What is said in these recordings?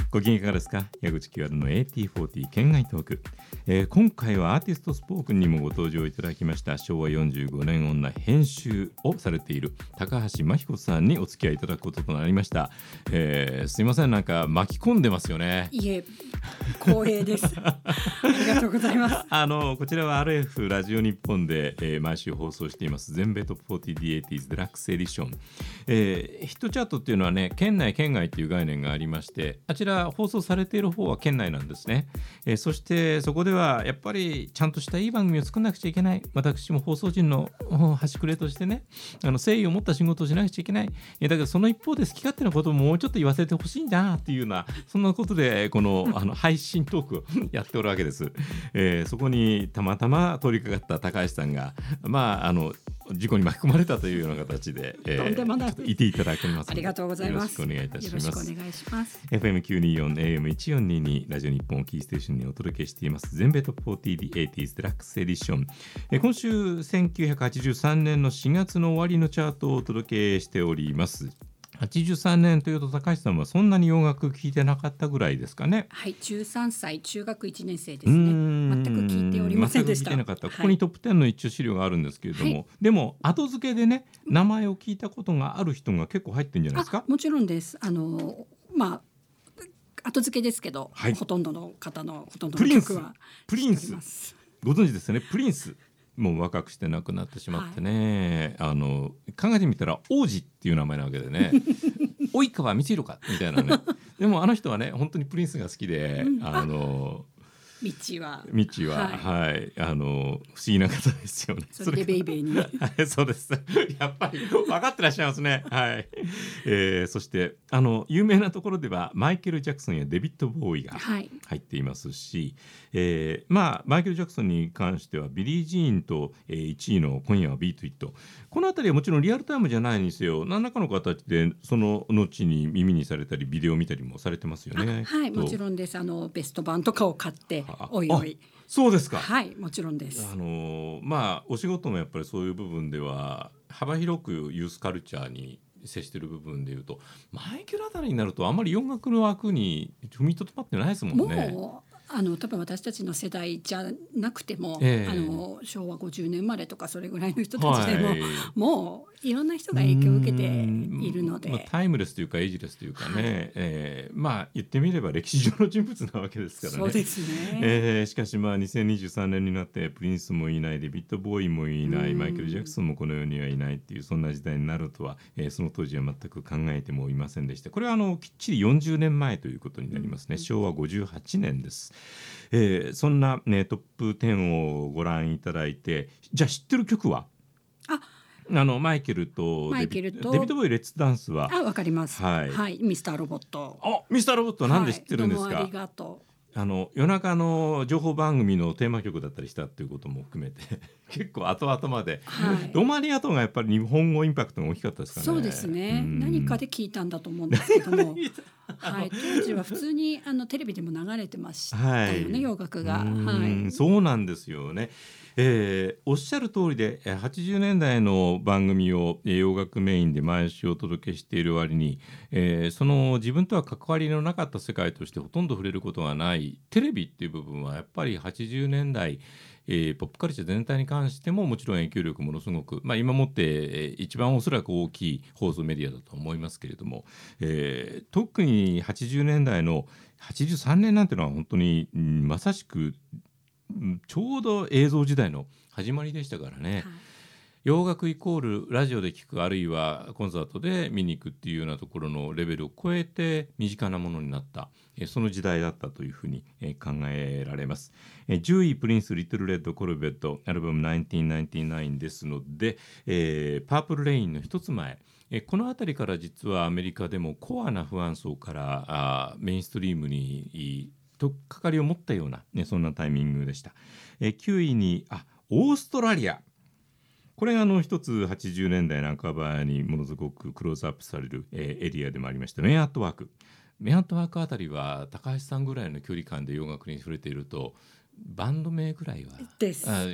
ご機嫌いかがですか。矢口清の AT40 県外トーク、今回はアーティストスポークンにもご登場いただきました昭和45年女編集をされている高橋真彦さんにお付き合いいただくこととなりました。すいません、なんか巻き込んでますよね。 いえ、光栄ですありがとうございますこちらは RF ラジオ日本で、毎週放送しています全米トップ 40D80s デラックスエディション、ヒットチャートっていうのはね、県内県外っていう概念がありまして、あちら放送されている方は県内なんですね。そしてそこではやっぱりちゃんとしたいい番組を作らなくちゃいけない。私も放送人の端くれとしてね、誠意を持った仕事をしなくちゃいけない。だけどその一方で好き勝手なことももうちょっと言わせてほしいんだっていうような、そんなことでこの配信トークをやっておるわけです。そこにたまたま通りかかった高橋さんが事故に巻き込まれたというような形で、 とんでもないいていただけますので、 ありがとうございます。 よろしくお願いいたします。 よろしくお願いします。 FM924 AM1422 ラジオ日本をキーステーションにお届けしています全米トップ 40D80s デラックスエディション、今週1983年の4月の終わりのチャートをお届けしております。83年というと高橋さんはそんなに洋楽聴いてなかったぐらいですかね。 はい、13歳中学1年生ですね。全く聞いておりませんでした。 全く聞いてなかった。ここにトップ10の一応資料があるんですけれども、はい、でも後付けでね、名前を聞いたことがある人が結構入ってるんじゃないですか。 もちろんです。後付けですけど、はい、ほとんどの方のほとんどの曲はプリンスご存知ですね。プリンスもう若くして亡くなってしまってね、はい、考えてみたら王子っていう名前なわけでね及川光弘かみたいなねでもあの人はね本当にプリンスが好きで、 道ははい、不思議な方ですよね。 それでベイベーにはい、そうです。やっぱり分かってらっしゃいますね。はい。そして有名なところではマイケル・ジャクソンやデビッド・ボーイが入っていますし、マイケル・ジャクソンに関してはビリー・ジーンと、1位の今夜はビート・イット、このあたりはもちろんリアルタイムじゃないにせよ何らかの形でその後に耳にされたりビデオを見たりもされてますよね。 はい、もちろんです。ベスト版とかを買っておいおい。 そうですか。 はい、もちろんです。 お仕事もやっぱりそういう部分では幅広くユースカルチャーに接している部分でいうと、マイケルあたりになるとあんまり音楽の枠に踏みとどまってないですもんね。 もう多分私たちの世代じゃなくても、昭和50年生まれとかそれぐらいの人たちでも、はい、もういろんな人が影響を受けているので、 タイムレスというかエイジレスというかね、言ってみれば歴史上の人物なわけですからね。 そうですね。 しかし2023年になってプリンスもいない、デビッド・ボーイもいない、マイケル・ジャクソンもこの世にはいないっていう、そんな時代になるとは、その当時は全く考えてもいませんでした。これはきっちり40年前ということになりますね。昭和58年です。そんな、トップ10をご覧いただいて、じゃあ知ってる曲はマイケルとデビッド・ボーイレッツダンスはわかります。はい、はい、ミスターロボット。 ミスターロボットはなんで知ってるんですか。 どうもありがとう。 夜中の情報番組のテーマ曲だったりしたということも含めて結構後々まで、どうもありがとうがやっぱり日本語インパクトが大きかったですかね。 そうですね。何かで聞いたんだと思うんですけどもはい、当時は普通にテレビでも流れてましたよね、洋楽が。 そうなんですよね。おっしゃる通りで80年代の番組を洋楽メインで毎週お届けしている割に、その自分とは関わりのなかった世界としてほとんど触れることがないテレビっていう部分はやっぱり80年代ポップカルチャー全体に関してももちろん影響力ものすごく、今もって、一番おそらく大きい放送メディアだと思いますけれども、特に80年代の83年なんてのは本当に、まさしくちょうど映像時代の始まりでしたからね。はい、洋楽イコールラジオで聴く、あるいはコンサートで見に行くっていうようなところのレベルを超えて身近なものになった、その時代だったというふうに考えられます。10位プリンスリトルレッドコルベットアルバム1999ですので、パープルレインの一つ前、この辺りから実はアメリカでもコアなファン層からメインストリームにとっかかりを持ったような、そんなタイミングでした。9位にオーストラリア、これが一つ80年代半ばにものすごくクローズアップされる、エリアでもありました。メンアットワークあたりは高橋さんぐらいの距離感で洋楽に触れているとバンド名ぐらいはです。はい、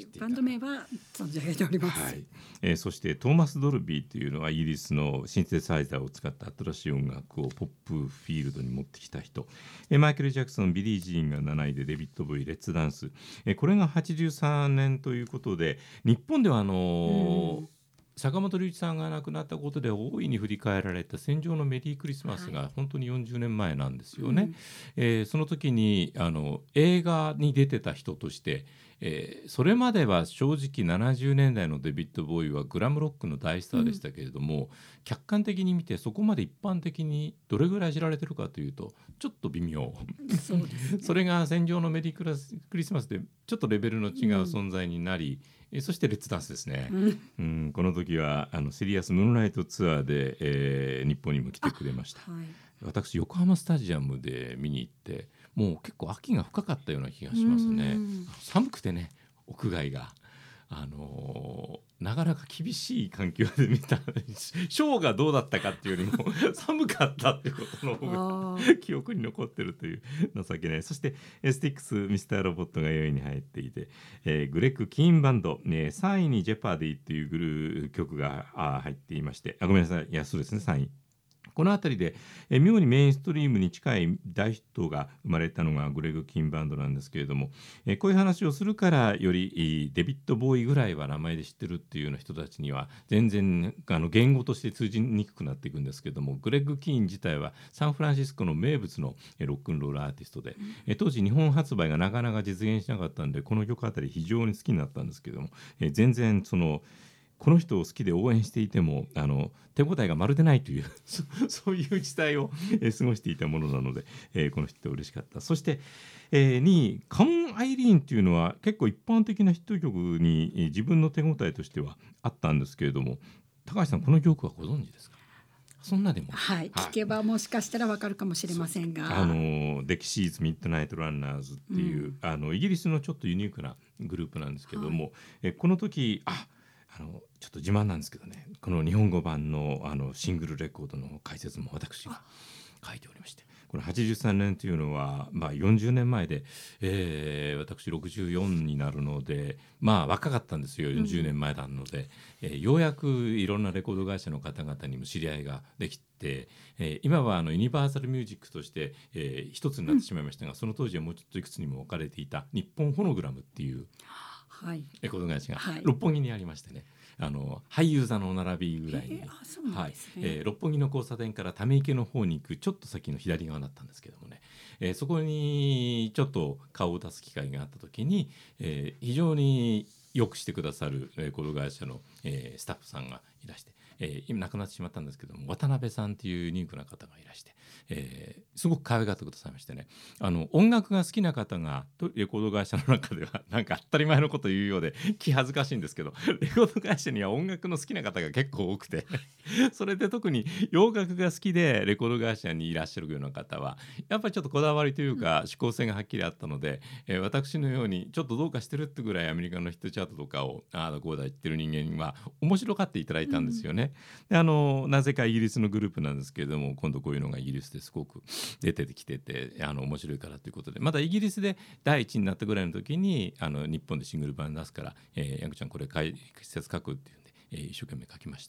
バンド名は存じ上げております。 はい。そしてトーマス・ドルビーというのはイギリスのシンセサイザーを使った新しい音楽をポップフィールドに持ってきた人。マイケル・ジャクソン、ビリー・ジーンが7位で、デビッド・ボーイ、レッツ・ダンス。これが83年ということで、日本では坂本龍一さんが亡くなったことで大いに振り返られた戦場のメリークリスマスが本当に40年前なんですよね。その時に映画に出てた人として、それまでは正直70年代のデビッド・ボーイはグラムロックの大スターでしたけれども、客観的に見てそこまで一般的にどれぐらい知られてるかというとちょっと微妙。 そうですね。 それが戦場のメリークリスマスでちょっとレベルの違う存在になり、そしてレッツダンスですね。この時はシリアスムーンライトツアーで、日本にも来てくれました。私横浜スタジアムで見に行ってもう結構秋が深かったような気がしますね。寒くてね、屋外がなかなか厳しい環境で見たショーがどうだったかっていうよりも寒かったっていうことの方が記憶に残ってるという情けない。そしてスティックスミスターロボットが4位に入っていて、グレッグ・キーンバンド、3位にジェパーディっていう曲が入っていまして、ごめんなさい、いやそうですね、3位。この辺りで、妙にメインストリームに近い大ヒットが生まれたのがグレグ・キンバンドなんですけれども、こういう話をするからよりデビッド・ボーイぐらいは名前で知ってるっていうような人たちには全然言語として通じにくくなっていくんですけれども、グレッグ・キーン自体はサンフランシスコの名物のロックンロールアーティストで、当時日本発売がなかなか実現しなかったんでこの曲あたり非常に好きになったんですけれども、全然この人を好きで応援していても手応えがまるでないというそういう時代を過ごしていたものなので、この人嬉しかった。そして、2位カモン・アイリーンというのは結構一般的なヒット曲に自分の手応えとしてはあったんですけれども、高橋さんこの曲はご存知ですか？そんなでも、 聞けばもしかしたらわかるかもしれませんが、 デキシーズ・ミッドナイト・ランナーズっていう、イギリスのちょっとユニークなグループなんですけれども、この時ちょっと自慢なんですけどね、この日本語版のシングルレコードの解説も私が書いておりまして、この83年というのは、40年前で、私64になるので若かったんですよ。40年前なので、ようやくいろんなレコード会社の方々にも知り合いができて、今はユニバーサルミュージックとして、一つになってしまいましたが、その当時はもうちょっといくつにも分かれていた日本フォノグラムっていうレコード会社が六本木にありましてね、俳優座の並びぐらいに、六本木の交差点からため池の方に行くちょっと先の左側だったんですけどもね、そこにちょっと顔を出す機会があった時に、非常によくしてくださるレコード会社の、スタッフさんがいらして、今亡くなってしまったんですけども、渡辺さんっていうユニークな方がいらして、すごく可愛がってくださいましてね、音楽が好きな方がレコード会社の中ではなんか当たり前のこと言うようで気恥ずかしいんですけど、レコード会社には音楽の好きな方が結構多くてそれで特に洋楽が好きでレコード会社にいらっしゃるような方はやっぱりちょっとこだわりというか指向性がはっきりあったので、私のようにちょっとどうかしてるってぐらいアメリカのヒットチャートとかをこうだ言ってる人間は面白がっていただいたんですよね。でなぜかイギリスのグループなんですけれども、今度こういうのがイギリスですごく出てきてて面白いからということで、まだイギリスで第一になったぐらいの時に日本でシングル版出すからヤングちゃんこれ解説書くっていうんで、一生懸命書きまして、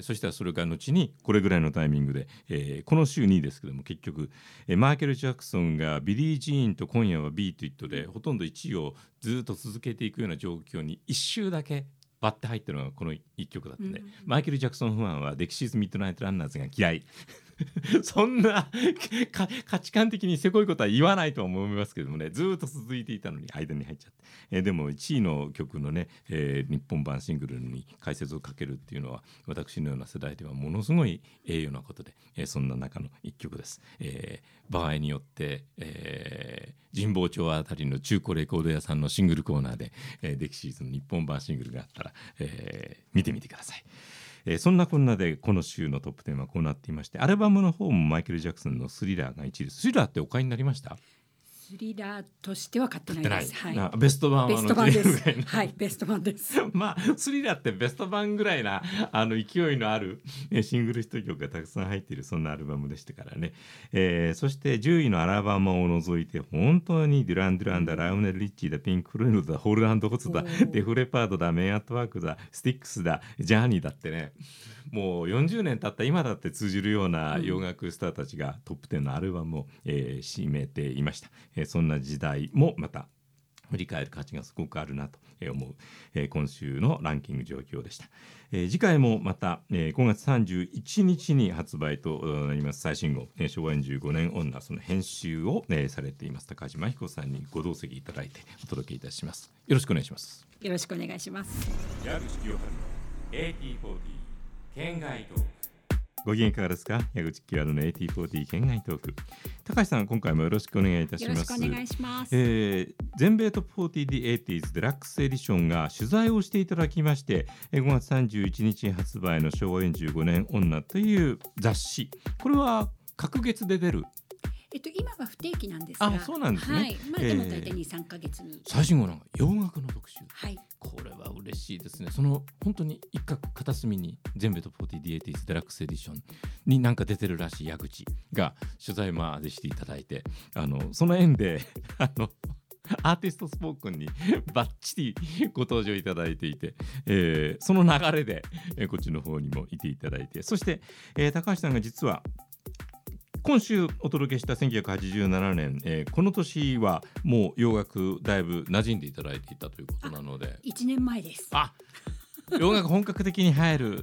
そしたらそれが後にこれぐらいのタイミングで、この週2位ですけども結局、マイケル・ジャクソンがビリー・ジーンと今夜はビート・イットでほとんど1位をずっと続けていくような状況に一周だけ割って入ってるのがこの1曲だったんで、マイケル・ジャクソンファンはデキシーズ・ミッドナイト・ランナーズが嫌いそんな価値観的にせこいことは言わないと思いますけどもね、ずっと続いていたのに間に入っちゃって、でも1位の曲のね、日本版シングルに解説をかけるっていうのは私のような世代ではものすごい栄誉なことで、そんな中の1曲です。場合によって、神保町あたりの中古レコード屋さんのシングルコーナーで、デキシーズの日本版シングルがあったら、見てみてください。そんなこんなでこの週のトップ10はこうなっていまして、アルバムの方もマイケル・ジャクソンのスリラーが1位です。スリラーってお買いになりました？ スリラーとしては買ってないです。はい、 ベスト版はベスト版です。はい、ベスト版です。 まあスリラーってベスト版ぐらいな勢いのあるシングルヒット曲がたくさん入っているそんなアルバムでしたからね。そして10位のアラバマを除いて本当にデュラン・デュランだ、ラウネル・リッチーだ、ピンク・フロイドだ、ホール&ホッツだ、デフレパードだ、メイン・アットワークだ、スティックスだ、ジャーニーだってね、もう40年経った今だって通じるような洋楽スターたちがトップ10のアルバムを、占めていました。そんな時代もまた振り返る価値がすごくあるなと思う、今週のランキング状況でした。次回もまた、5月31日に発売となります最新号、昭和45年女、その編集を、されています高橋真彦さんにご同席いただいてお届けいたします。よろしくお願いします。 よろしくお願いします。 矢口清春の AT40 県外トーク。ご機嫌いかがですか。矢口清春の AT40 県外トーク。高橋さん、今回もよろしくお願いいたします。 よろしくお願いします。 全米トップ40 The 80s デラックスエディションが取材をしていただきまして、5月31日発売の昭和45年女という雑誌、これは隔月で出る。 今は不定期なんですが、 あ、そうなんですね。 はい、でも大体 2,3 ヶ月に最新号なんか洋楽の特集、 はい、 これは嬉しいですね。その本当に一角片隅に全米トップ40 The 80s デラックスエディションになんか出てるらしい矢口が取材までしていただいて、その縁でアーティストスポークンにバッチリご登場いただいていて、その流れで、こっちの方にもいていただいて、そして、高橋さんが実は今週お届けした1987年、この年はもう洋楽だいぶ馴染んでいただいていたということなので、 1年前です。 あ、洋楽本格的に入る、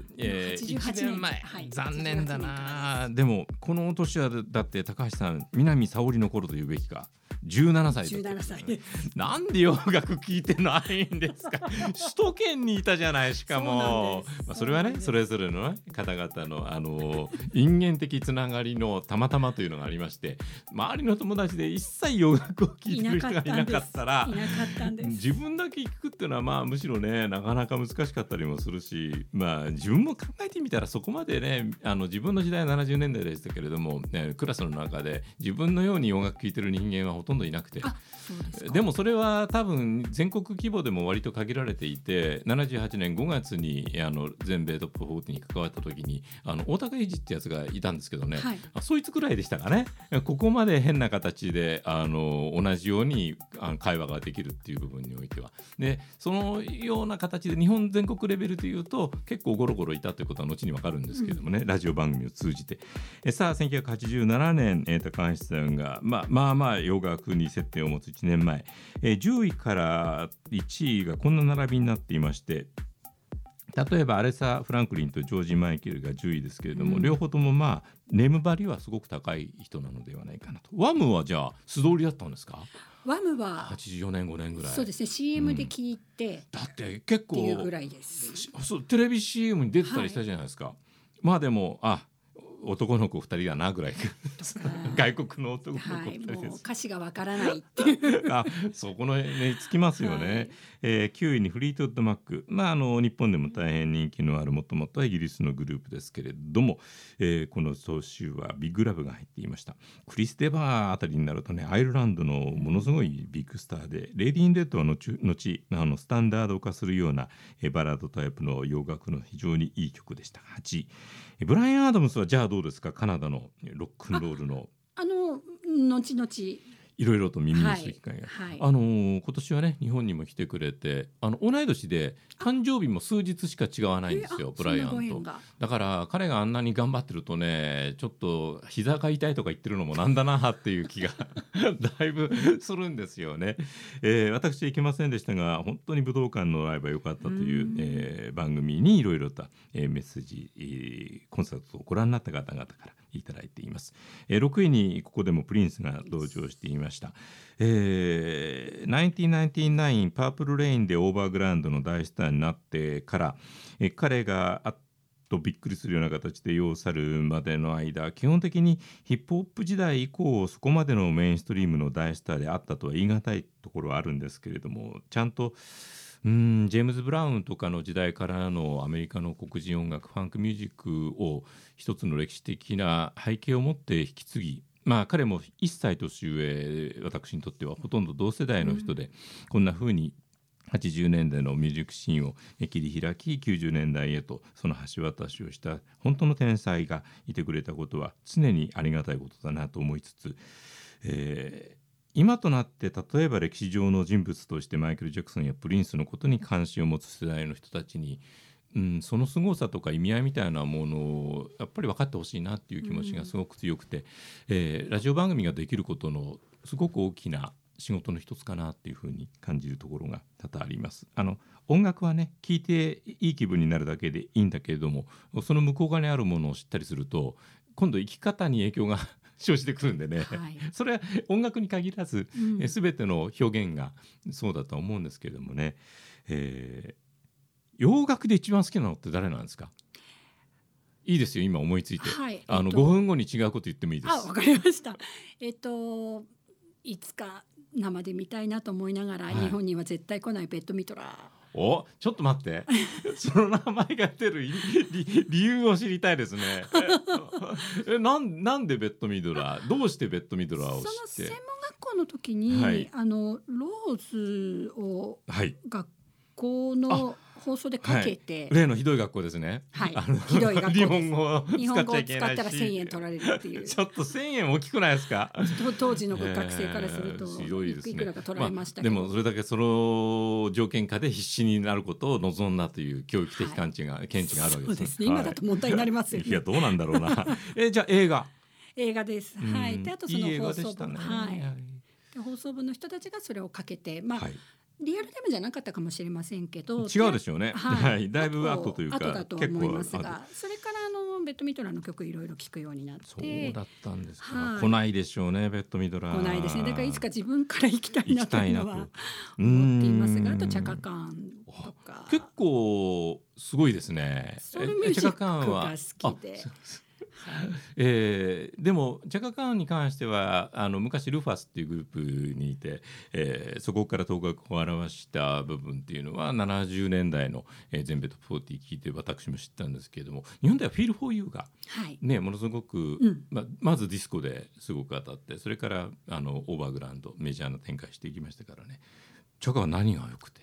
1 年前、 はい、 残念だな。でもこの年はだって高橋さん、南沙織の頃というべきか17歳だった。 17歳です。 なんで洋楽聴いてないんですか。首都圏にいたじゃない。しかもそれはね、それぞれの、方々の因縁的つながりのたまたまというのがありまして、周りの友達で一切洋楽を聴いてる人がいなかったら、自分だけ聴くっていうのはまあむしろね、なかなか難しかったりもするし、まあ自分も考えてみたらそこまでね、自分の時代は70年代でしたけれども、クラスの中で自分のように洋楽聴いてる人間はほとんどいなくて、でもそれは多分全国規模でも割と限られていて、78年5月に全米トップ40に関わった時に大高英二ってやつがいたんですけどね、はい、そいつくらいでしたかね。ここまで変な形で同じように会話ができるっていう部分においては、でそのような形で日本全国レベルでいうと結構ゴロゴロいたということは後に分かるんですけれどもね、ラジオ番組を通じて。さあ1987年、高橋さんがまあ洋楽に接点を持つ1年前、10位から1位がこんな並びになっていまして、例えばアレサ・フランクリンとジョージ・マイケルが10位ですけれども、両方ともまあネームバリューはすごく高い人なのではないかなと。ワムはじゃあ素通りだったんですか。 ワムは 84年5年ぐらい。 そうですね、 CM で聞いて、 だって結構っていうぐらいです。 そう、テレビ CM に出てたりしたじゃないですか、はい、まあでも男の子2人だなぐらい外国の男の子2人です、 もう歌詞がわからないっていうそこの辺につきますよね、はい。9位にフリートウッドマック、日本でも大変人気のあるもともとはイギリスのグループですけれども、この総集はビッグラブが入っていました。クリス・デバーあたりになるとね、アイルランドのものすごいビッグスターで、レイディー・イン・レッドは後スタンダード化するようなバラードタイプの洋楽の非常にいい曲でした。8位、ブライアン・アダムスはじゃあどうですか。カナダのロックンロールの後々 いろいろと耳にする機会が、はいはい、今年はね日本にも来てくれて、同い年で誕生日も数日しか違わないんですよ、ブライアンと。だから彼があんなに頑張ってるとね、ちょっと膝が痛いとか言ってるのもなんだなっていう気がだいぶするんですよね。私行けませんでしたが、本当に武道館のライブは良かったという、番組にいろいろと、メッセージ、コンサートをご覧になった方々からいただいています。6位にここでもプリンスが登場していました。1999パープルレインでオーバーグラウンドの大スターになってから、彼がとびっくりするような形で世を去るまでの間、基本的にヒップホップ時代以降そこまでのメインストリームの大スターであったとは言い難いところはあるんですけれども、ちゃんとジェームズ・ブラウンとかの時代からのアメリカの黒人音楽ファンクミュージックを一つの歴史的な背景を持って引き継ぎ、 彼も1歳年上、私にとってはほとんど同世代の人で、こんな風に80年代のミュージックシーンを切り開き90年代へとその橋渡しをした本当の天才がいてくれたことは常にありがたいことだなと思いつつ、今となって例えば歴史上の人物としてマイケル・ジャクソンやプリンスのことに関心を持つ世代の人たちに、その凄さとか意味合いみたいなものをやっぱり分かってほしいなっていう気持ちがすごく強くて、ラジオ番組ができることのすごく大きな仕事の一つかなっていうふうに感じるところが多々あります。音楽はね聴いていい気分になるだけでいいんだけれども、その向こう側にあるものを知ったりすると今度生き方に影響が生じてくるんでね、それは音楽に限らず、全ての表現がそうだと思うんですけれどもね、洋楽で一番好きなのって誰なんですか？いいですよ今思いついて、5分後に違うこと言ってもいいです。 わかりました。いつか生で見たいなと思いながら、日本には絶対来ないベッド・ミトラー。 ちょっと待ってその名前が出る理由を知りたいですねなんでベッド・ミトラー、どうしてベッド・ミトラーを知って？ その専門学校の時に、ローズを学校の放送でかけて、 例のひどい学校ですね。 ひどい学校です。 日本語を使っちゃいけないし、 日本語を使ったら1000円取られるっていうちょっと1000円大きくないですか？ 当時の学生からするとひどいですね。 いくらか取られましたけど、 でもそれだけその条件下で必死になることを望んだという教育的見地があるわけですね。 そうですね、今だと問題になりますよね。 いやどうなんだろうなじゃあ映画です。であとその放送部、 ね、 放送部の人たちがそれをかけて、リアルタイムじゃなかったかもしれませんけど、 違うでしょうね、だいぶ後というか後だと思いますが、それからベッド・ミトラーの曲いろいろ聴くようになって。 そうだったんですか。来ないでしょうねベッド・ミトラー。 来ないですね。だからいつか自分から行きたいなというのは思っていますが、あとチャカカーンとか結構すごいですね。 ソウルミュージックが好きで。 でもチャカ・カーンに関しては昔ルファスっていうグループにいて、そこから頭角を現した部分っていうのは70年代の、全米トップ40聞いて私も知ったんですけれども、日本では Feel for You が、ものすごく、まずディスコですごく当たって、それからオーバーグラウンドメジャーな展開していきましたからね。チャカは何が良くて？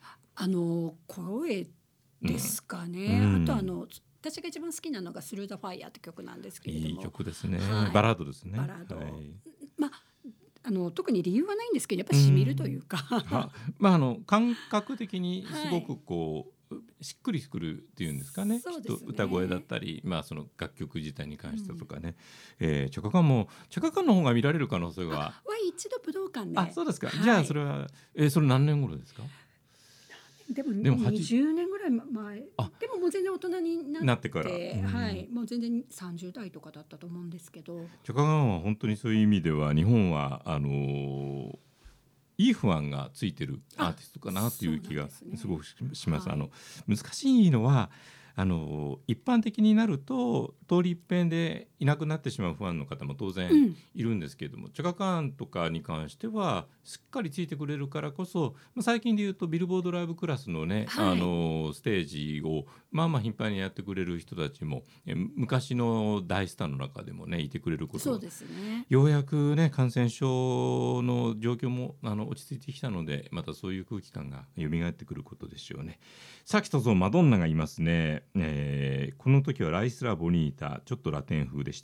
声ですかね。あと私が一番好きなのがスルー・ザ・ファイヤーって曲なんですけれども、 いい曲ですね、バラードですね。 バラード、特に理由はないんですけど、やっぱり染みるというか、 感覚的にすごくこう、しっくりくるっていうんですかね。きっと歌声だったり、その楽曲自体に関してとかね、チャカカンの方が見られる可能性が一度武道館で。 そうですか。じゃあそれは、それ何年頃ですか？ でも20年ぐらい前でももう全然大人になってから、もう全然30代とかだったと思うんですけど、 チャカカンは本当にそういう意味では日本はいい不安がついてるアーティストかなという気がすごくします。難しいのは一般的になると通り一遍でいなくなってしまうファンの方も当然いるんですけれども、チャカカーンとかに関してはしっかりついてくれるからこそ、最近でいうとビルボードライブクラスのね、ステージを頻繁にやってくれる人たちも昔の大スターの中でもねいてくれることが、ようやくね感染症の状況も落ち着いてきたので、またそういう空気感が蘇ってくることでしょうね。さっきとぞマドンナがいますね。この時はライスラ・ボニータ、ちょっとラテン風でした。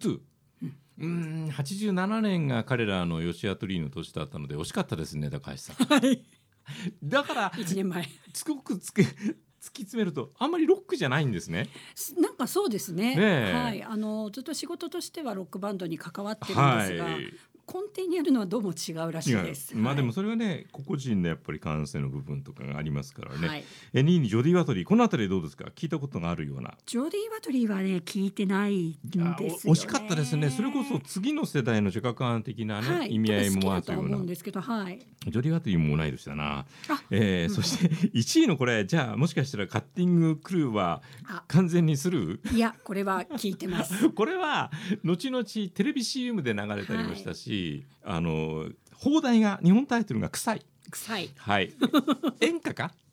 U2、87年が彼らのヨシアトリーの年だったので惜しかったですね高橋さんだから 1年前すごく突き詰めるとあんまりロックじゃないんですね。 なんかそうですね、ずっと仕事としてはロックバンドに関わってるんですが、根底にあるのはどうも違うらしいです。 でもそれはね個々人のやっぱり感性の部分とかがありますからね。2位にジョディ・ワトリー、このあたりどうですか？聞いたことがあるような。 ジョディ・ワトリーはね聞いてないんですよね。 惜しかったですね。それこそ次の世代のチャカカーン的な、意味合いもあるような。 思うんですけど、ジョディ・ワトリーも同い年だな。そして1位のこれじゃあもしかしたらカッティングクルーは完全にスルー？ いやこれは聞いてますこれは後々テレビ CM で流れたりもしたし、放題が日本タイトルが臭い、演歌か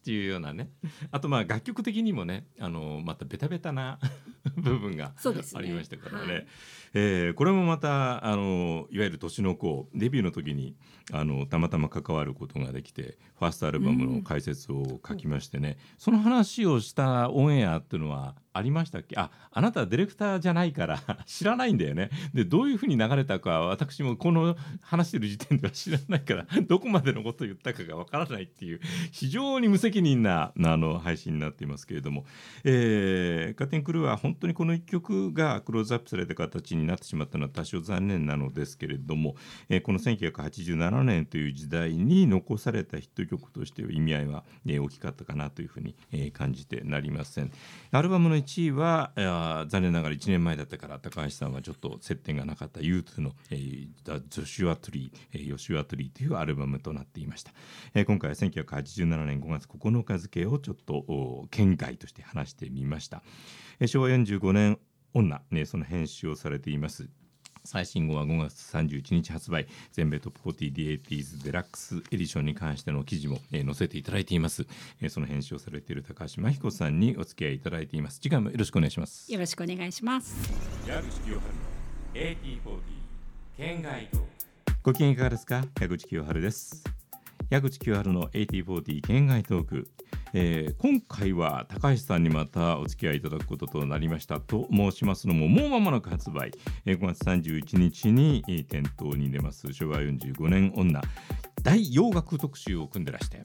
っていうようなね、あと楽曲的にもねまたベタベタな部分がありましたからね、これもまたいわゆる年の子デビューの時にたまたま関わることができてファーストアルバムの解説を書きましてね、その話をしたオンエアっていうのはありましたっけ？あなたはディレクターじゃないから知らないんだよね。でどういうふうに流れたか私もこの話してる時点では知らないからどこまでのことを言ったかがわからないっていう非常に無責任な配信になっていますけれども、カーテンクルーは本当にこの一曲がクローズアップされた形になってしまったのは多少残念なのですけれども、この1987年という時代に残されたヒット曲として意味合いは、大きかったかなというふうに、感じてなりません。アルバムの1位は残念ながら1年前だったから高橋さんはちょっと接点がなかった U2 の、The Joshua Tree、Joshua Tree というアルバムとなっていました。今回は1987年5月9日付をちょっと県外として話してみました。昭和45年女、その編集をされています最新号は5月31日発売、全米トップ 40The80s デラックスエディションに関しての記事も、載せていただいています。その編集をされている高橋真彦さんにお付き合いいただいています。次回もよろしくお願いします。 よろしくお願いします。 矢口清春の AT40 県外トーク。ご機嫌いかがですか？矢口清春です。矢口清春の AT40 県外トーク、今回は高橋さんにまたお付き合いいただくこととなりました。と申しますのももう間もなく発売、5月31日に店頭に出ます昭和45年女大洋楽特集を組んでらして、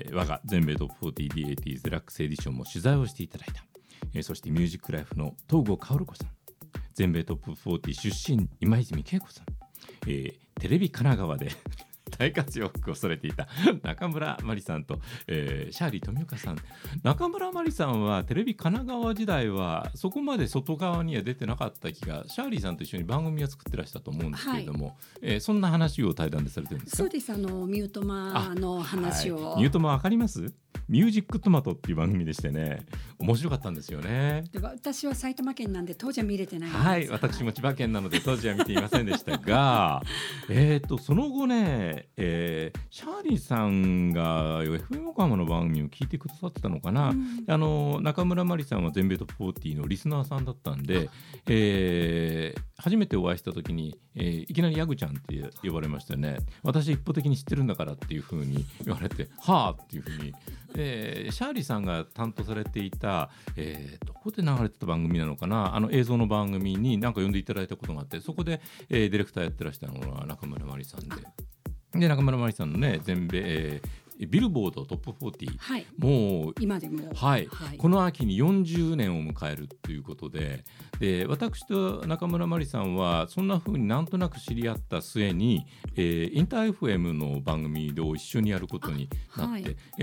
我が全米トップ 40The80s デラックスエディションも取材をしていただいた、そしてミュージックライフの東郷薫子さん、全米トップ40出身今泉恵子さん、テレビ神奈川で大活躍をされていた中村真理さんと、シャーリー富岡さん。中村真理さんはテレビ神奈川時代はそこまで外側には出てなかった気が、シャーリーさんと一緒に番組を作ってらしたと思うんですけれども、そんな話を対談でされてるんですか？ そうです。ミュートマの話を、 ミュートマわかります？ミュージックトマトっていう番組でしてね、面白かったんですよね。 で私は埼玉県なんで当時は見れてないんです。 私も千葉県なので当時は見ていませんでしたがその後ね、シャーリーさんが FM 横浜の番組を聞いてくださってたのかな、中村真理さんは全米トップ40のリスナーさんだったんで、初めてお会いした時に、いきなりヤグちゃんって呼ばれましたよね。私一方的に知ってるんだからっていう風に言われて、はあっていう風に、シャーリーさんが担当されていた、どこで流れてた番組なのかな、映像の番組になんか呼んでいただいたことがあって、そこで、ディレクターやってらしたのが中村真理さんで中村真理さんのね全米、ビルボードトップ40、もう今でも、 この秋に40年を迎えるということで、私と中村真理さんはそんな風になんとなく知り合った末に、インター FM の番組を一緒にやることになって、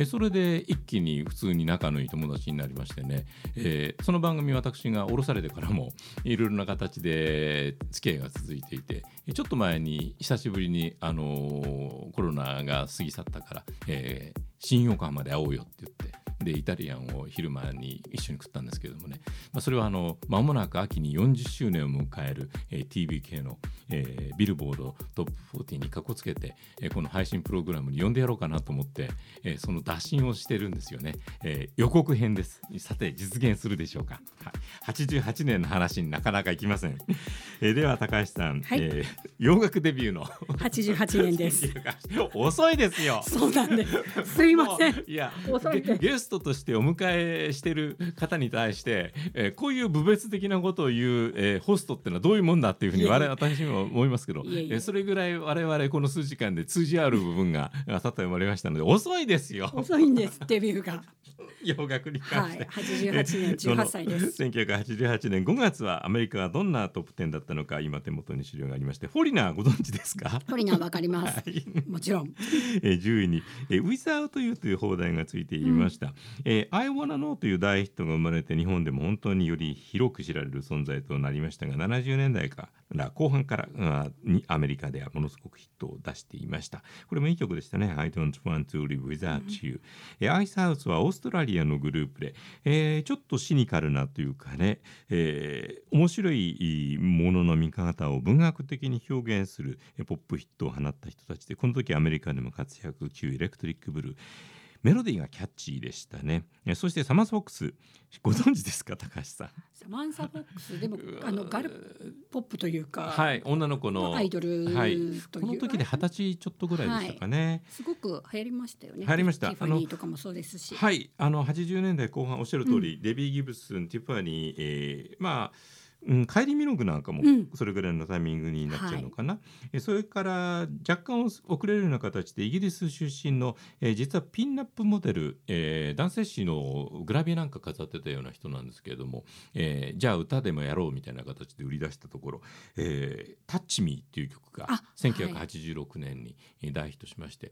それで一気に普通に仲のいい友達になりましてね、その番組私が降ろされてからもいろいろな形で付き合いが続いていて、ちょっと前に久しぶりに、コロナが過ぎ去ったから、新横浜で会おうよって言って、でイタリアンを昼間に一緒に食ったんですけどもね、それは間もなく秋に40周年を迎える、TBK の、ビルボードトップ40にかこつけて、この配信プログラムに呼んでやろうかなと思って、その打診をしてるんですよね。予告編です。さて実現するでしょうか。88年の話になかなかいきません。では高橋さん、洋楽デビューの 88年です。 遅いですよ。 そうなんです。すいません。 いや、ゲストとしてお迎えしてる方に対して、こういう部別的なことを言う、ホストってのはどういうもんだっていうふうに私も思いますけど、それぐらい我々この数時間で通じ合う部分が多々生まれましたので、遅いですよ。 遅いんです、デビューが。 洋楽に関して、 88年18歳です。 1988年5月はアメリカはどんなトップ10だったのか、今手元に資料がありまして、フォリナーご存知ですか？ フォリナーわかります、もちろん。 10位にWithout You という放題がついていました。I Wanna Know という大ヒットが生まれて、日本でも本当により広く知られる存在となりましたが、70年代から後半からアメリカではものすごくヒットを出していました。これもいい曲でしたね。 I don't want to live without you。アイスハウスはオーストラリアのグループで、ちょっとシニカルなというかね、面白いものの見方を文学的に表現するポップヒットを放った人たちで、この時アメリカでも活躍中、エレクトリックブルー。 メロディーがキャッチーでしたね。そしてサマンサ・フォックス、ご存知ですか、高橋さん。 サマンサ・フォックスでもガルポップというか、 はい、女の子のアイドルという、 はい、この時で20歳ちょっとぐらいでしたかね、 はい、すごく流行りましたよね。 流行りました。 ティファニーとかもそうですし、 はい、80年代後半おっしゃる通り、デビー・ギブスン、ティファニー、まあカイリー・ミノグなんかもそれぐらいのタイミングになっちゃうのかな、それから若干遅れるような形でイギリス出身の、実はピンナップモデル、男性誌のグラビアなんか飾ってたような人なんですけれども、じゃあ歌でもやろうみたいな形で売り出したところ、タッチミーっていう曲が1986年に大ヒットしまして、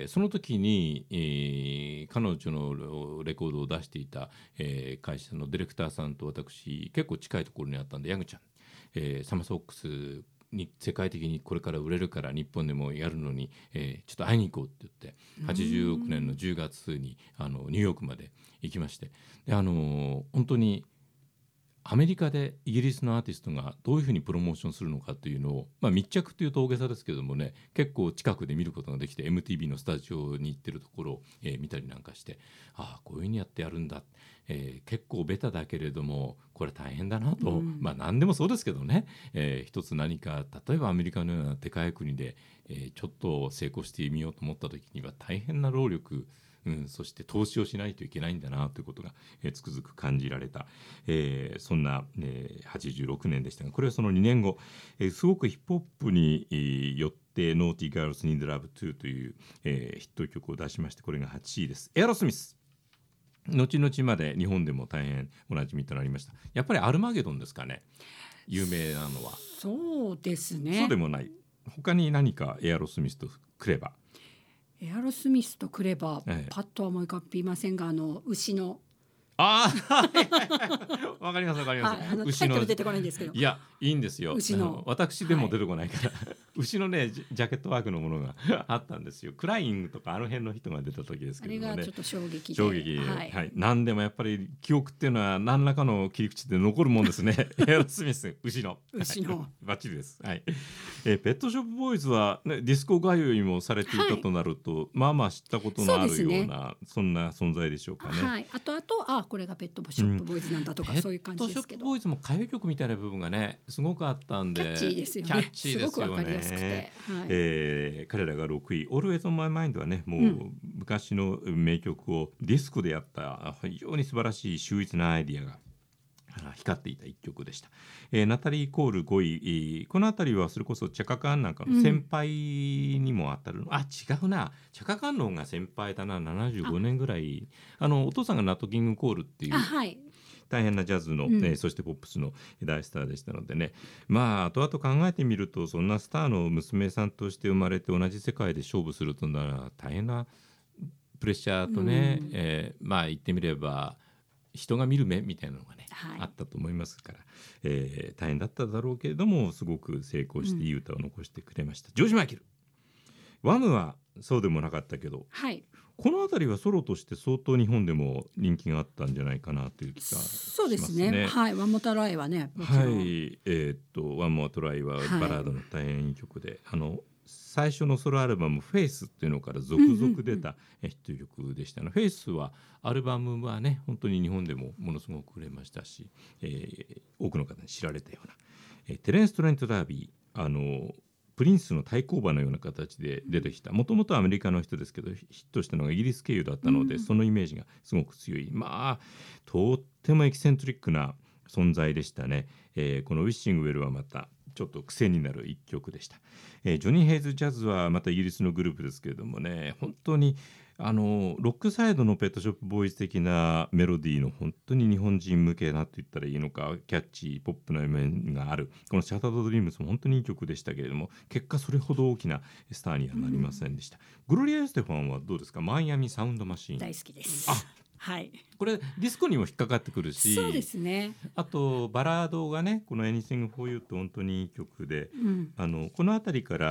その時に、彼女のレコードを出していた、会社のディレクターさんと私結構近いところにあったんで、ヤグちゃん、サマソックスに世界的にこれから売れるから日本でもやるのに、ちょっと会いに行こうって言って86年の10月にニューヨークまで行きまして、で本当にアメリカでイギリスのアーティストがどういうふうにプロモーションするのかというのを、密着というと大げさですけどもね、結構近くで見ることができて MTV のスタジオに行ってるところを、見たりなんかして、こういうふうにやってやるんだ、結構ベタだけれどもこれ大変だなと、何でもそうですけどね、一つ何か例えばアメリカのようなでかい国で、ちょっと成功してみようと思った時には大変な労力、そして投資をしないといけないんだなということが、つくづく感じられた、そんな、86年でしたが、これはその2年後、すごくヒップホップによってノーティーガールズ・ニード・ラブ・トゥという、ヒット曲を出しまして、これが8位です。エアロスミス、後々まで日本でも大変おなじみとなりました。やっぱりアルマゲドンですかね、有名なのは。 そうですね。 そうでもない。他に何かエアロスミスとくれば。 エアロスミスとくれば、パッとは思い浮かびませんが、牛のわかりますわかります、 牛のタイトル出てこないんですけど、 いやいいんですよ、 牛の私でも出てこないから、牛のねジャケットワークのものがあったんですよ。クライングとかあの辺の人が出た時ですけどもね、 あれがちょっと衝撃で、何でもやっぱり記憶っていうのは何らかの切り口で残るもんですね。エアロスミス、牛のバッチリです、ペットショップボーイズは、ディスコ通いもされていたとなると、知ったことのあるような そんな存在でしょうかね。 あとこれがペットショップボーイズなんだとか、そういう感じですけど、 ペットショップボーイズも歌謡曲みたいな部分がねすごくあったんで、 キャッチーですよね。すごくわかりやすくて、 彼らが6位、 Always on My Mind はね、もう昔の名曲をディスコでやった非常に素晴らしい秀逸なアイディアが光っていた一曲でした。ナタリー・コール5位、この辺りはそれこそチャカカンなんかの先輩にも当たる、違うな、チャカカンの方が先輩だな、75年ぐらい。お父さんがナット・キング・コールっていう大変なジャズの、そしてポップスの大スターでしたのでね、後々考えてみると、そんなスターの娘さんとして生まれて同じ世界で勝負するとなら大変なプレッシャーとね、言ってみれば人が見る目みたいなのがね、あったと思いますから、大変だっただろうけれどもすごく成功していい歌を残してくれました。ジョージ・マイケル、ワムはそうでもなかったけど、この辺りはソロとして相当日本でも人気があったんじゃないかなという気がしますね。 そうですね、ワンモトライはね、もちろん、 ワンモトライはバラードの大変いい曲で、最初のソロアルバムフェイスっていうのから続々出たヒット曲でしたね。フェイスはアルバムはね本当に日本でもものすごく売れましたし、多くの方に知られたような、テレンス・トレント・ダービー、プリンスの対抗馬のような形で出てきた、もともとはアメリカの人ですけどヒットしたのがイギリス経由だったので、そのイメージがすごく強い、とってもエキセントリックな存在でしたね。このウィッシングウェルはまたちょっと癖になる一曲でした。ジョニー・ヘイズ・ジャズはまたイギリスのグループですけれどもね、本当にロックサイドのペットショップボーイズ的なメロディーの本当に日本人向けなと言ったらいいのか、キャッチーポップな面があるこのシャタード・ドリームスも本当にいい曲でしたけれども、結果それほど大きなスターにはなりませんでした。グロリア・エステファンはどうですか？マイアミ・サウンド・マシーン大好きです。 これディスコにも引っかかってくるし、 そうですね。 あとバラードがね、この Anything for You って本当にいい曲で、この辺りから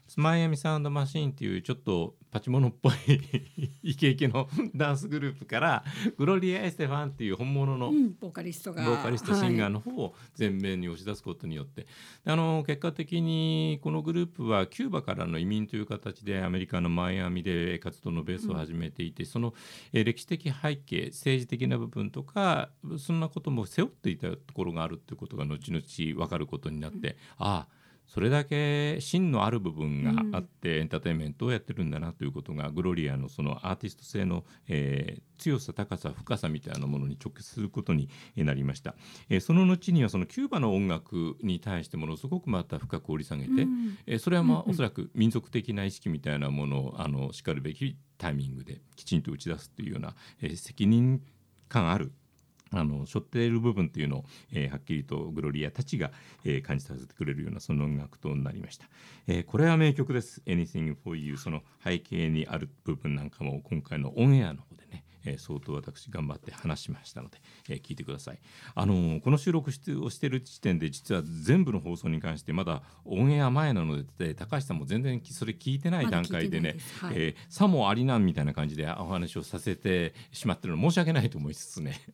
マイアミサウンドマシーンっていうちょっとパチモノっぽいイケイケのダンスグループからグロリア・エステファンっていう本物のボーカリストシンガーの方を前面に押し出すことによって、結果的にこのグループはキューバからの移民という形でアメリカのマイアミで活動のベースを始めていて、その歴史的背景、政治的な部分とかそんなことも背負っていたところがあるということが後々分かることになって、それだけ芯のある部分があってエンターテインメントをやってるんだなということが、グロリアのそのアーティスト性の、強さ、高さ、深さみたいなものに直結することになりました。その後にはそのキューバの音楽に対してものすごくまた深く掘り下げて、それはおそらく民族的な意識みたいなものをしかるべきタイミングできちんと打ち出すというような、責任感ある背負っている部分というのを、はっきりとグロリアたちが、感じさせてくれるようなその音楽となりました。これは名曲です。 Anything for You。 その背景にある部分なんかも今回のオンエアの方でね、相当私頑張って話しましたので、聞いてください。この収録をしている時点で実は全部の放送に関してまだオンエア前なので、高橋さんも全然それ聞いてない段階でね、さもありなんみたいな感じでお話をさせてしまってるの申し訳ないと思いつつね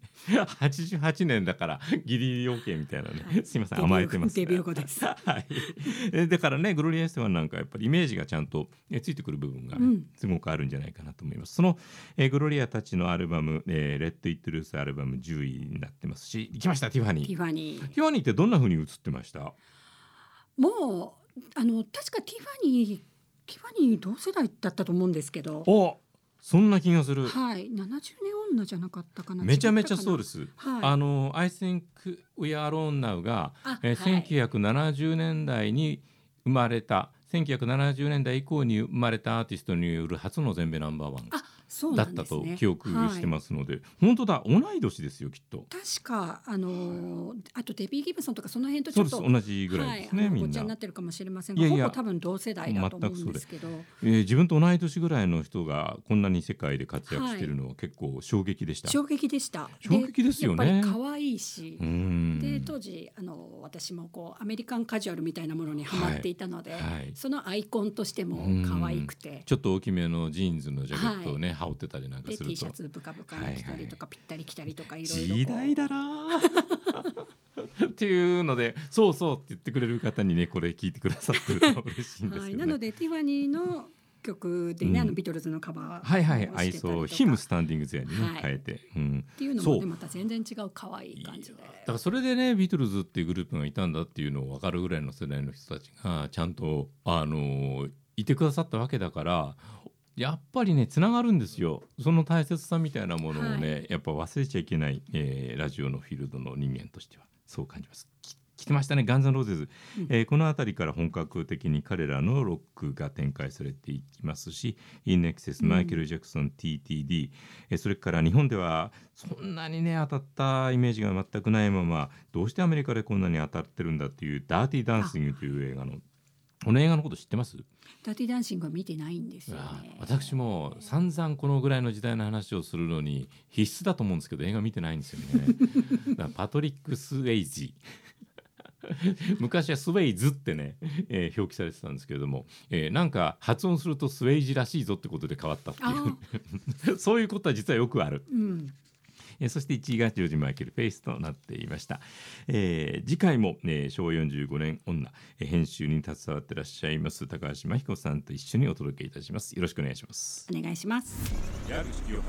88年だからギリギリ OK みたいなね、すいません甘えてます。 デビュー後です、 だからね、グロリア・エステファンなんかやっぱりイメージがちゃんとついてくる部分が、すごくあるんじゃないかなと思います。その、グロリアたちのアルバム、レッド・イット・ルースアルバム10位になってますし、行きました。ティファニーってどんな風に映ってました？ もう確かティファニー同世代だったと思うんですけど、 そんな気がする。 70年女じゃなかったかな。 めちゃめちゃそうです。I think we are alone now が、1970年代に生まれた、1970年代以降に生まれたアーティストによる初の全米ナンバーワンだったと記憶してますので、本当だ、同い年ですよきっと。 確かあとデビー・ギブソンとかその辺とちょっとそうです、同じぐらいですね、みんな。 ごっちゃになってるかもしれませんが、ほぼ多分同世代だと思うんですけど、 自分と同い年ぐらいの人がこんなに世界で活躍してるのは結構衝撃でした。 衝撃ですよね。やっぱり可愛いし、で当時私もこうアメリカンカジュアルみたいなものにハマっていたので、そのアイコンとしても可愛くて、 ちょっと大きめのジーンズのジャケットをね、羽織ってたりなんかすると、 T シャツブカブカに着たりとか、ぴったり着たりとか、いろいろ時代だなっていうので、そうそうって言ってくれる方にね、これ聞いてくださってると嬉しいんですよね。 なのでティファニーの曲でね、ビトルズのカバーをしてたりとか、 愛想ヒムスタンディングゼアにね、変えて、 っていうのもね、また全然違う可愛い感じで、だからそれでね、ビトルズっていうグループがいたんだっていうのを分かるぐらいの世代の人たちがちゃんといてくださったわけだから、やっぱりねつながるんですよ。その大切さみたいなものをね、やっぱ忘れちゃいけない、ラジオのフィールドの人間としてはそう感じます。来てましたね、ガンズ&ローゼズ、この辺りから本格的に彼らのロックが展開されていきますし、インネクセス、マイケル・ジャクソン、TTD、それから日本ではそんなにね当たったイメージが全くないまま、どうしてアメリカでこんなに当たってるんだっていうダーティーダンシングという映画の、この映画のこと知ってます？ ダーティーダンシングは見てないんですよね。 私も散々このぐらいの時代の話をするのに必須だと思うんですけど、映画見てないんですよねパトリック・スウェイジ昔はスウェイズってね、表記されてたんですけれども、なんか発音するとスウェイジらしいぞってことで変わったっていうそういうことは実はよくある、そして1位がジョージ・マイケル・フェイスとなっていました。次回も、昭和45年女、編集に携わっていらっしゃいます高橋真彦さんと一緒にお届けいたします。よろしくお願いします。 お願いします。 矢口清春の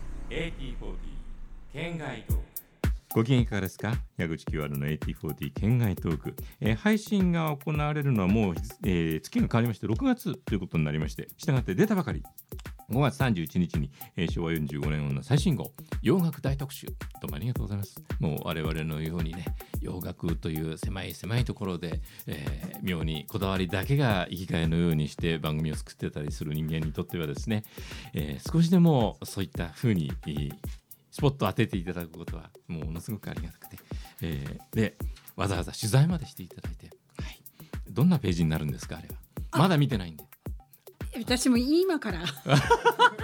AT40 県外トーク。ご機嫌いかがですか？矢口清春の AT40 県外トーク、配信が行われるのはもう、月が変わりまして6月ということになりまして、したがって出たばかり5月31日に、昭和45年の最新号洋楽大特集、どうもありがとうございます。もう我々のようにね、洋楽という狭いところで、妙にこだわりだけが生きがいのようにして番組を作ってたりする人間にとってはですね、少しでもそういった風にスポットを当てていただくことはもうものすごくありがたくて、でわざわざ取材までしていただいて、どんなページになるんですか？あれはまだ見てないんで。 私も今から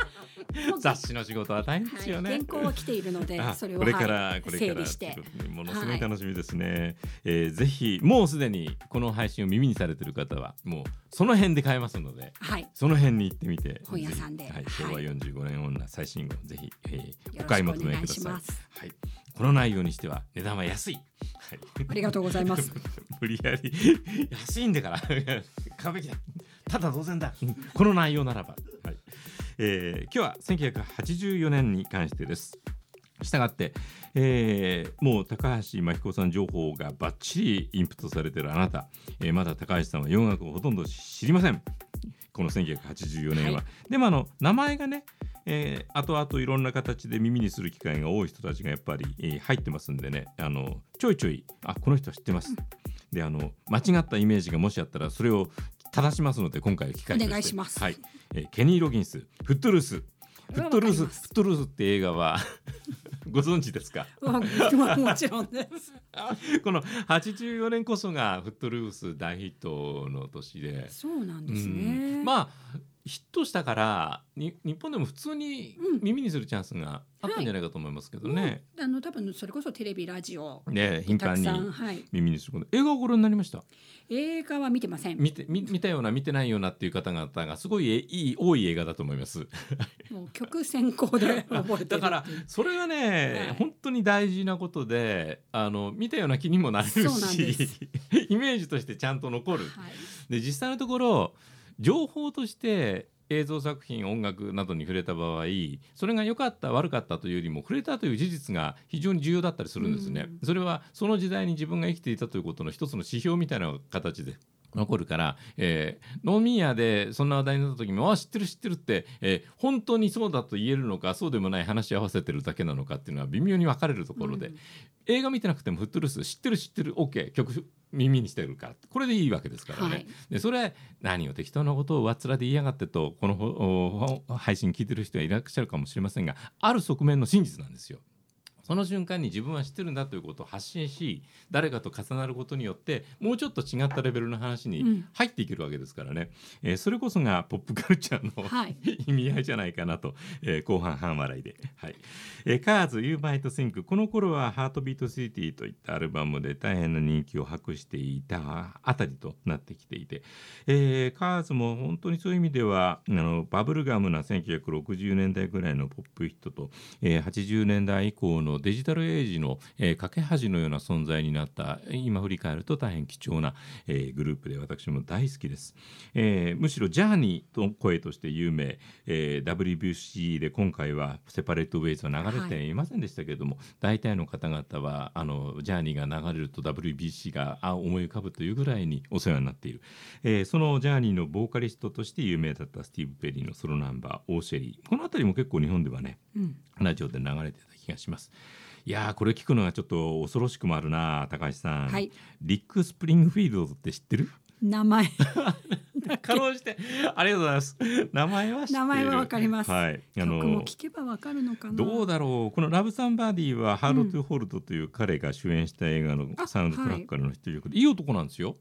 雑誌の仕事は大変ですよね。 原稿は来ているので、それをこれから整理してものすごい楽しみですね。ぜひもうすでにこの配信を耳にされている方はもうその辺で買えますので、その辺に行ってみて、 本屋さんで、 昭和45年女最新号ぜひ、お買い求めください。この内容にしては値段は安い。 ありがとうございます。 無理やり安いんだから買うべきだ、ただ同然だこの内容ならば。今日は1984年に関してです。したがって、もう高橋真彦さん情報がバッチリインプットされているあなた、まだ高橋さんは洋楽をほとんど知りません。この1984年は、でも名前がね、後々いろんな形で耳にする機会が多い人たちがやっぱり、入ってますんでね、ちょいちょいこの人は知ってます、で間違ったイメージがもしあったらそれを正しますので今回は機会としてお願いします。 ケニー・ロギンス、フットルースって映画はご存知ですか？ もちろんですこの84年こそがフットルース大ヒットの年で。 そうなんですね。 ヒットしたから日本でも普通に耳にするチャンスがあったんじゃないかと思いますけどね。 多分それこそテレビラジオで頻繁に耳にすること、映画をご覧になりました？ 映画は見てません。 見たような見てないようなっていう方々がすごい多い映画だと思います。 もう曲先行で覚えてるだからそれがね、本当に大事なことで、見たような気にもなれるしイメージとしてちゃんと残る、で実際のところ情報として映像作品、音楽などに触れた場合、それが良かった悪かったというよりも触れたという事実が非常に重要だったりするんですね。それはその時代に自分が生きていたということの一つの指標みたいな形で残るから、飲み屋でそんな話題になった時も知ってるって、本当にそうだと言えるのかそうでもない話し合わせてるだけなのかっていうのは微妙に分かれるところで、映画見てなくてもフットルース知ってる OK、 曲耳にしてるからこれでいいわけですからね、でそれ何を適当なことを上っ面で言いやがってとこの配信聞いてる人はいらっしゃるかもしれませんが、ある側面の真実なんですよ。その瞬間に自分は知ってるんだということを発信し、誰かと重なることによってもうちょっと違ったレベルの話に入っていけるわけですからね、それこそがポップカルチャーの、意味合いじゃないかなと、後半半笑いで、カーズ You Might Think、 この頃はハートビートシティといったアルバムで大変な人気を博していたあたりとなってきていて、カーズも本当にそういう意味ではバブルガムな1960年代ぐらいのポップヒットと、80年代以降のデジタルエイジの、架け橋のような存在になった、今振り返ると大変貴重な、グループで私も大好きです、むしろジャーニーと声として有名、WBC で今回はセパレートウェイズは流れていませんでしたけれども、大体の方々はジャーニーが流れると WBC が思い浮かぶというぐらいにお世話になっている、そのジャーニーのボーカリストとして有名だったスティーブ・ペリーのソロナンバーオーシェリー、このあたりも結構日本ではね、ラジオで流れてた気がします。いやこれ聞くのがちょっと恐ろしくもあるな。高橋さん、リック・スプリングフィールドって知ってる？ 名前かろうじてありがとうございます。名前は知っている。名前はわかります、曲も聞けばわかるのかな。 どうだろう。このラブサンバディはハード・トゥ・ホールドという彼が主演した映画のサウンドトラックからのヒット曲で、いい男なんですよ。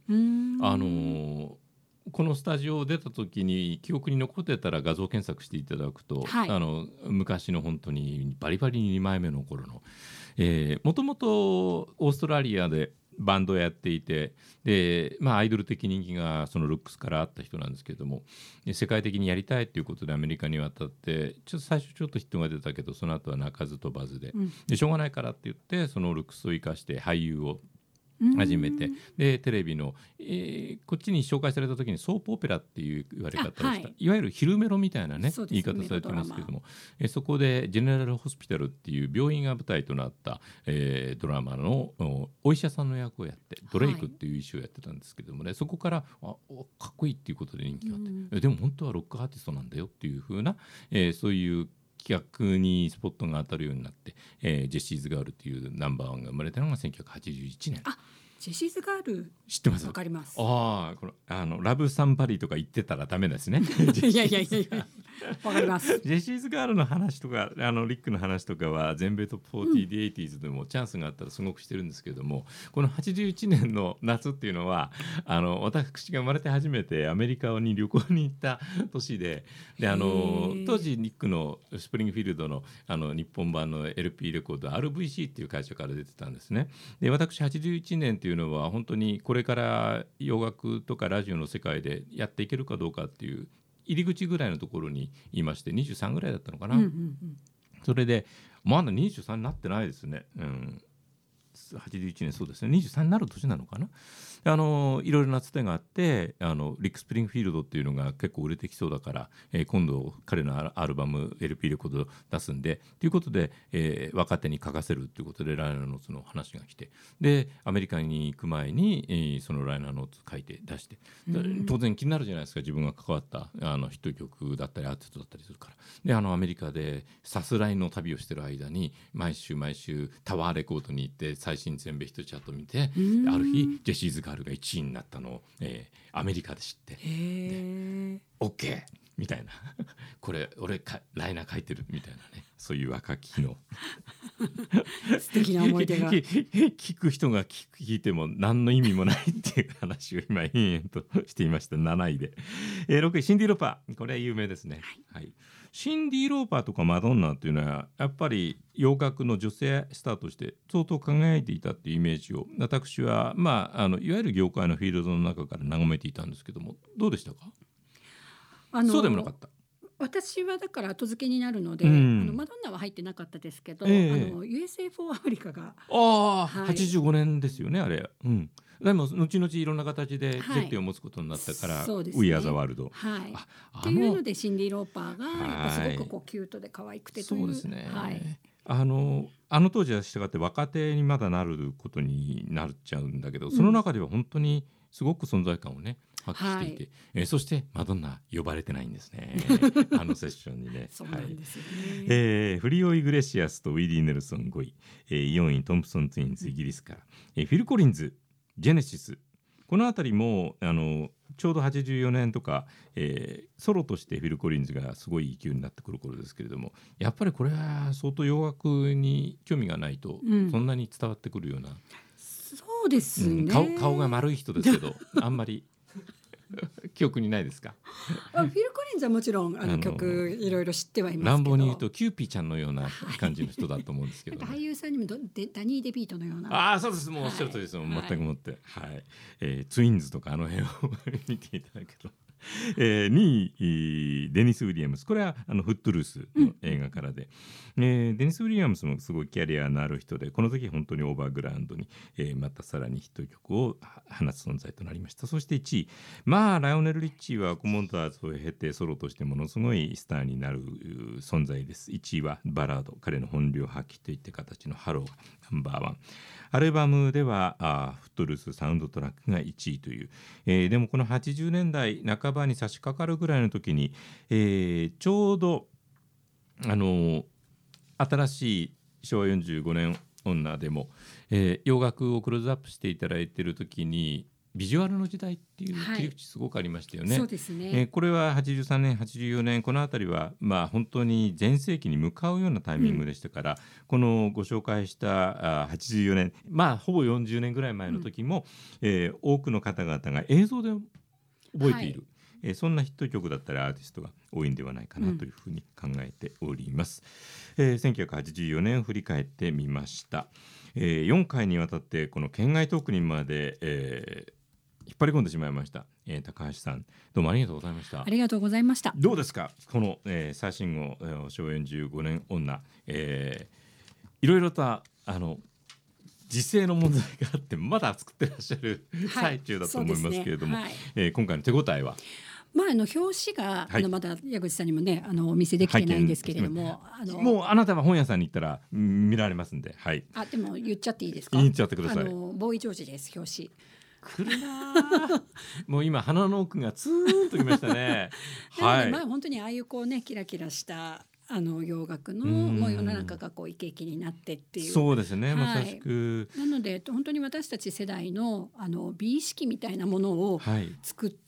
このスタジオを出た時に記憶に残ってたら画像検索していただくと、昔の本当にバリバリ2枚目の頃の、もともとオーストラリアでバンドをやっていて、で、アイドル的人気がそのルックスからあった人なんですけども、世界的にやりたいということでアメリカに渡って、最初ちょっとヒットが出たけどその後は鳴かず飛ばずで、しょうがないからって言ってそのルックスを生かして俳優を始めて、でテレビの、こっちに紹介された時にソープオペラっていう言われ方をした、いわゆる昼メロみたいなね、言い方されてますけども、そこでジェネラルホスピタルっていう病院が舞台となった、ドラマのお医者さんの役をやってドレイクっていう医師をやってたんですけどもね、そこからかっこいいっていうことで人気があって、でも本当はロックアーティストなんだよっていう風な、そういう企画にスポットが当たるようになって、ジェシーズガールというナンバーワンが生まれたのが1981年。 ジェシーズガール知ってます？ わかります。 このラブサンバリーとか言ってたらダメですね。 いやわかります。 ジェシーズガールの話とかリックの話とかは全米トップ40、80s でもチャンスがあったらすごくしてるんですけれども、この81年の夏っていうのは私が生まれて初めてアメリカに旅行に行った年で、当時ニックのスプリングフィールドの日本版の LP レコード RVC っていう会社から出てたんですね。で私81年っていうのは本当にこれから洋楽とかラジオの世界でやっていけるかどうかっていう入り口ぐらいのところにいまして、23ぐらいだったのかな、それでまだ23になってないですね、81年そうですね、23になる年なのかな。いろいろなつてがあってリック・スプリングフィールドっていうのが結構売れてきそうだから、今度彼のアルバム LP レコード出すんでということで、若手に書かせるということでライナーノーツの話が来て、でアメリカに行く前に、そのライナーノーツ書いて出して、当然気になるじゃないですか、自分が関わったヒット曲だったりアーティストだったりするから。でアメリカでさすらいの旅をしてる間に毎週タワーレコードに行って最新全米ヒットチャート見て、ある日ジェシーズガールが1位になったのを、アメリカで知って、OK みたいなこれ俺ライナー書いてるみたいなね、そういう若き日の素敵な思い出が聞く人が聞いても何の意味もないっていう話を今延々としていました。7位で、6位シンディ・ローパー、これは有名ですね、はい、シンディ・ローパーとかマドンナっていうのはやっぱり洋楽の女性スターとして相当輝いていたっていうイメージを私は、いわゆる業界のフィールドの中から眺めていたんですけども、どうでしたか？そうでもなかった？ 私はだから後付けになるので、マドンナは入ってなかったですけど、USA for アフリカが 85年ですよねあれ、でも後々いろんな形で接点を持つことになったから、 そうですね、 We Are the World、 っていうのでシンディ・ローパーがやっぱすごくこうキュートで可愛くてという、 そうですね、あの当時はしたがって若手にまだなることになっちゃうんだけど、その中では本当にすごく存在感をね発揮していて、そしてマドンナ呼ばれてないんですねセッションにね。 そうなんですよね。 フリオ・イグレシアスとウィリー・ネルソン5位、4位トンプソン・ツインズイギリスから、フィル・コリンズジェネシス、この辺りもちょうど84年とか、ソロとしてフィル・コリンズがすごい勢いになってくる頃ですけれども、やっぱりこれは相当洋楽に興味がないとそんなに伝わってくるような、 そうですね、 顔が丸い人ですけどあんまり記憶にないですか？ フィル・コリンズはもちろん曲いろいろ知ってはいますけど、 乱暴に言うとキューピーちゃんのような感じの人だと思うんですけど、ね、 俳優さんにもダニー・デビートのような、 そうです、もうおっしゃるとおりです、全くもって、ツインズとか辺を見ていただけど2位デニス・ウィリアムス、これはフットルースの映画からで、デニス・ウィリアムスもすごいキャリアのある人で、この時本当にオーバーグラウンドに、またさらにヒット曲を放つ存在となりました。そして1位、ライオネル・リッチーはコモンターズを経てソロとしてものすごいスターになる存在です。1位はバラード、彼の本領発揮といった形のハローがナンバーワン。アルバムではフットルースサウンドトラックが1位という、でもこの80年代半ばに差し掛かるぐらいの時に、ちょうど新しい昭和45年女でも、洋楽をクローズアップしていただいている時にビジュアルの時代っていう切り口すごくありましたよね。 そうですね、 これは83年84年このあたりは本当に全盛期に向かうようなタイミングでしたから、このご紹介した84年ほぼ40年ぐらい前の時も、多くの方々が映像で覚えている、そんなヒット曲だったりアーティストが多いんではないかなというふうに考えております。1984年を振り返ってみました。4回にわたってこの県外トークにまで、引っ張り込んでしまいました、高橋さん、どうもありがとうございました。 ありがとうございました。 どうですかこの、最新号昭和45年女、いろいろと時勢の問題があってまだ作ってらっしゃる最中だと思いますけれども、今回の手応えは表紙が、まだ矢口さんにもねお見せできてないんですけれども、 もうあなたは本屋さんに行ったら見られますんで、 でも言っちゃっていいですか？ 言っちゃってください。 ボーイジョージです、表紙。 来るなもう今鼻の奥がツーンときましたね本当にああいうキラキラした洋楽のもう世の中がイケイケになってっていう、 そうですね、まさしくなので本当に私たち世代の美意識みたいなものを作っ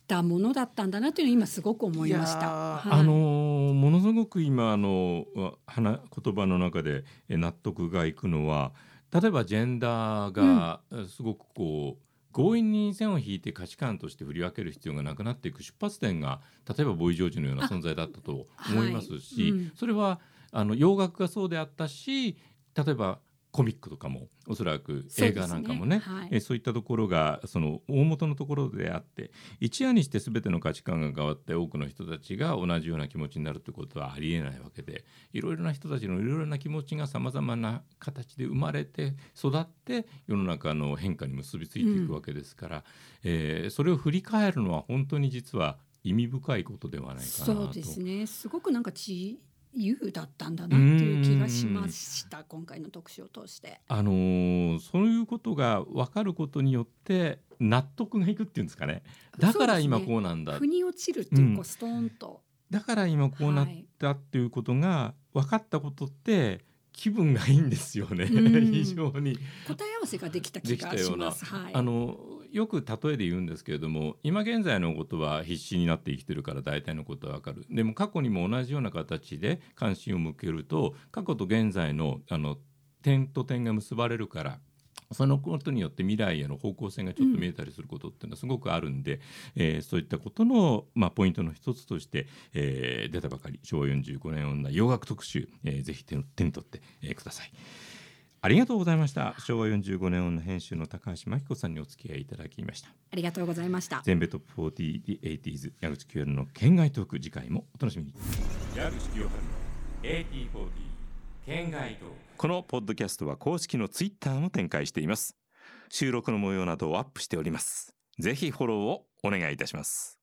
たものだったんだなというのを今すごく思いました。 ものすごく今言葉の中で納得がいくのは、例えばジェンダーがすごく強引に線を引いて価値観として振り分ける必要がなくなっていく出発点が、例えばボーイ・ジョージのような存在だったと思いますし、それは洋楽がそうであったし、例えばコミックとかもおそらく映画なんかもね、そういったところがその大元のところであって、一夜にして全ての価値観が変わって多くの人たちが同じような気持ちになるということはありえないわけで、いろいろな人たちのいろいろな気持ちがさまざまな形で生まれて育って世の中の変化に結びついていくわけですから、それを振り返るのは本当に実は意味深いことではないかなと。 そうですね、すごくなんか自由だったんだなっていう気がしました、今回の特集を通して。 そういうことが分かることによって納得がいくっていうんですかね。だから今こうなんだ、 腑に落ちるっていう、ストーンと、 だから今こうなったっていうことが分かったことって気分がいいんですよね、非常に答え合わせができた気がします。 よく例えで言うんですけれども、今現在のことは必死になって生きてるから大体のことは分かる。でも過去にも同じような形で関心を向けると、過去と現在の点と点が結ばれるから、そのことによって未来への方向性がちょっと見えたりすることっていうのはすごくあるんで、そういったことの、ポイントの一つとして、出たばかり昭和45年女洋楽特集、ぜひ手に取って、ください。ありがとうございました。昭和45年女編集の高橋真紀子さんにお付き合いいただきました。 ありがとうございました。 全米トップ 4080 矢口清の県外トーク、次回もお楽しみに。矢口清の8040県外トーク。このポッドキャストは公式のツイッターも展開しています。収録の模様などをアップしております。ぜひフォローをお願いいたします。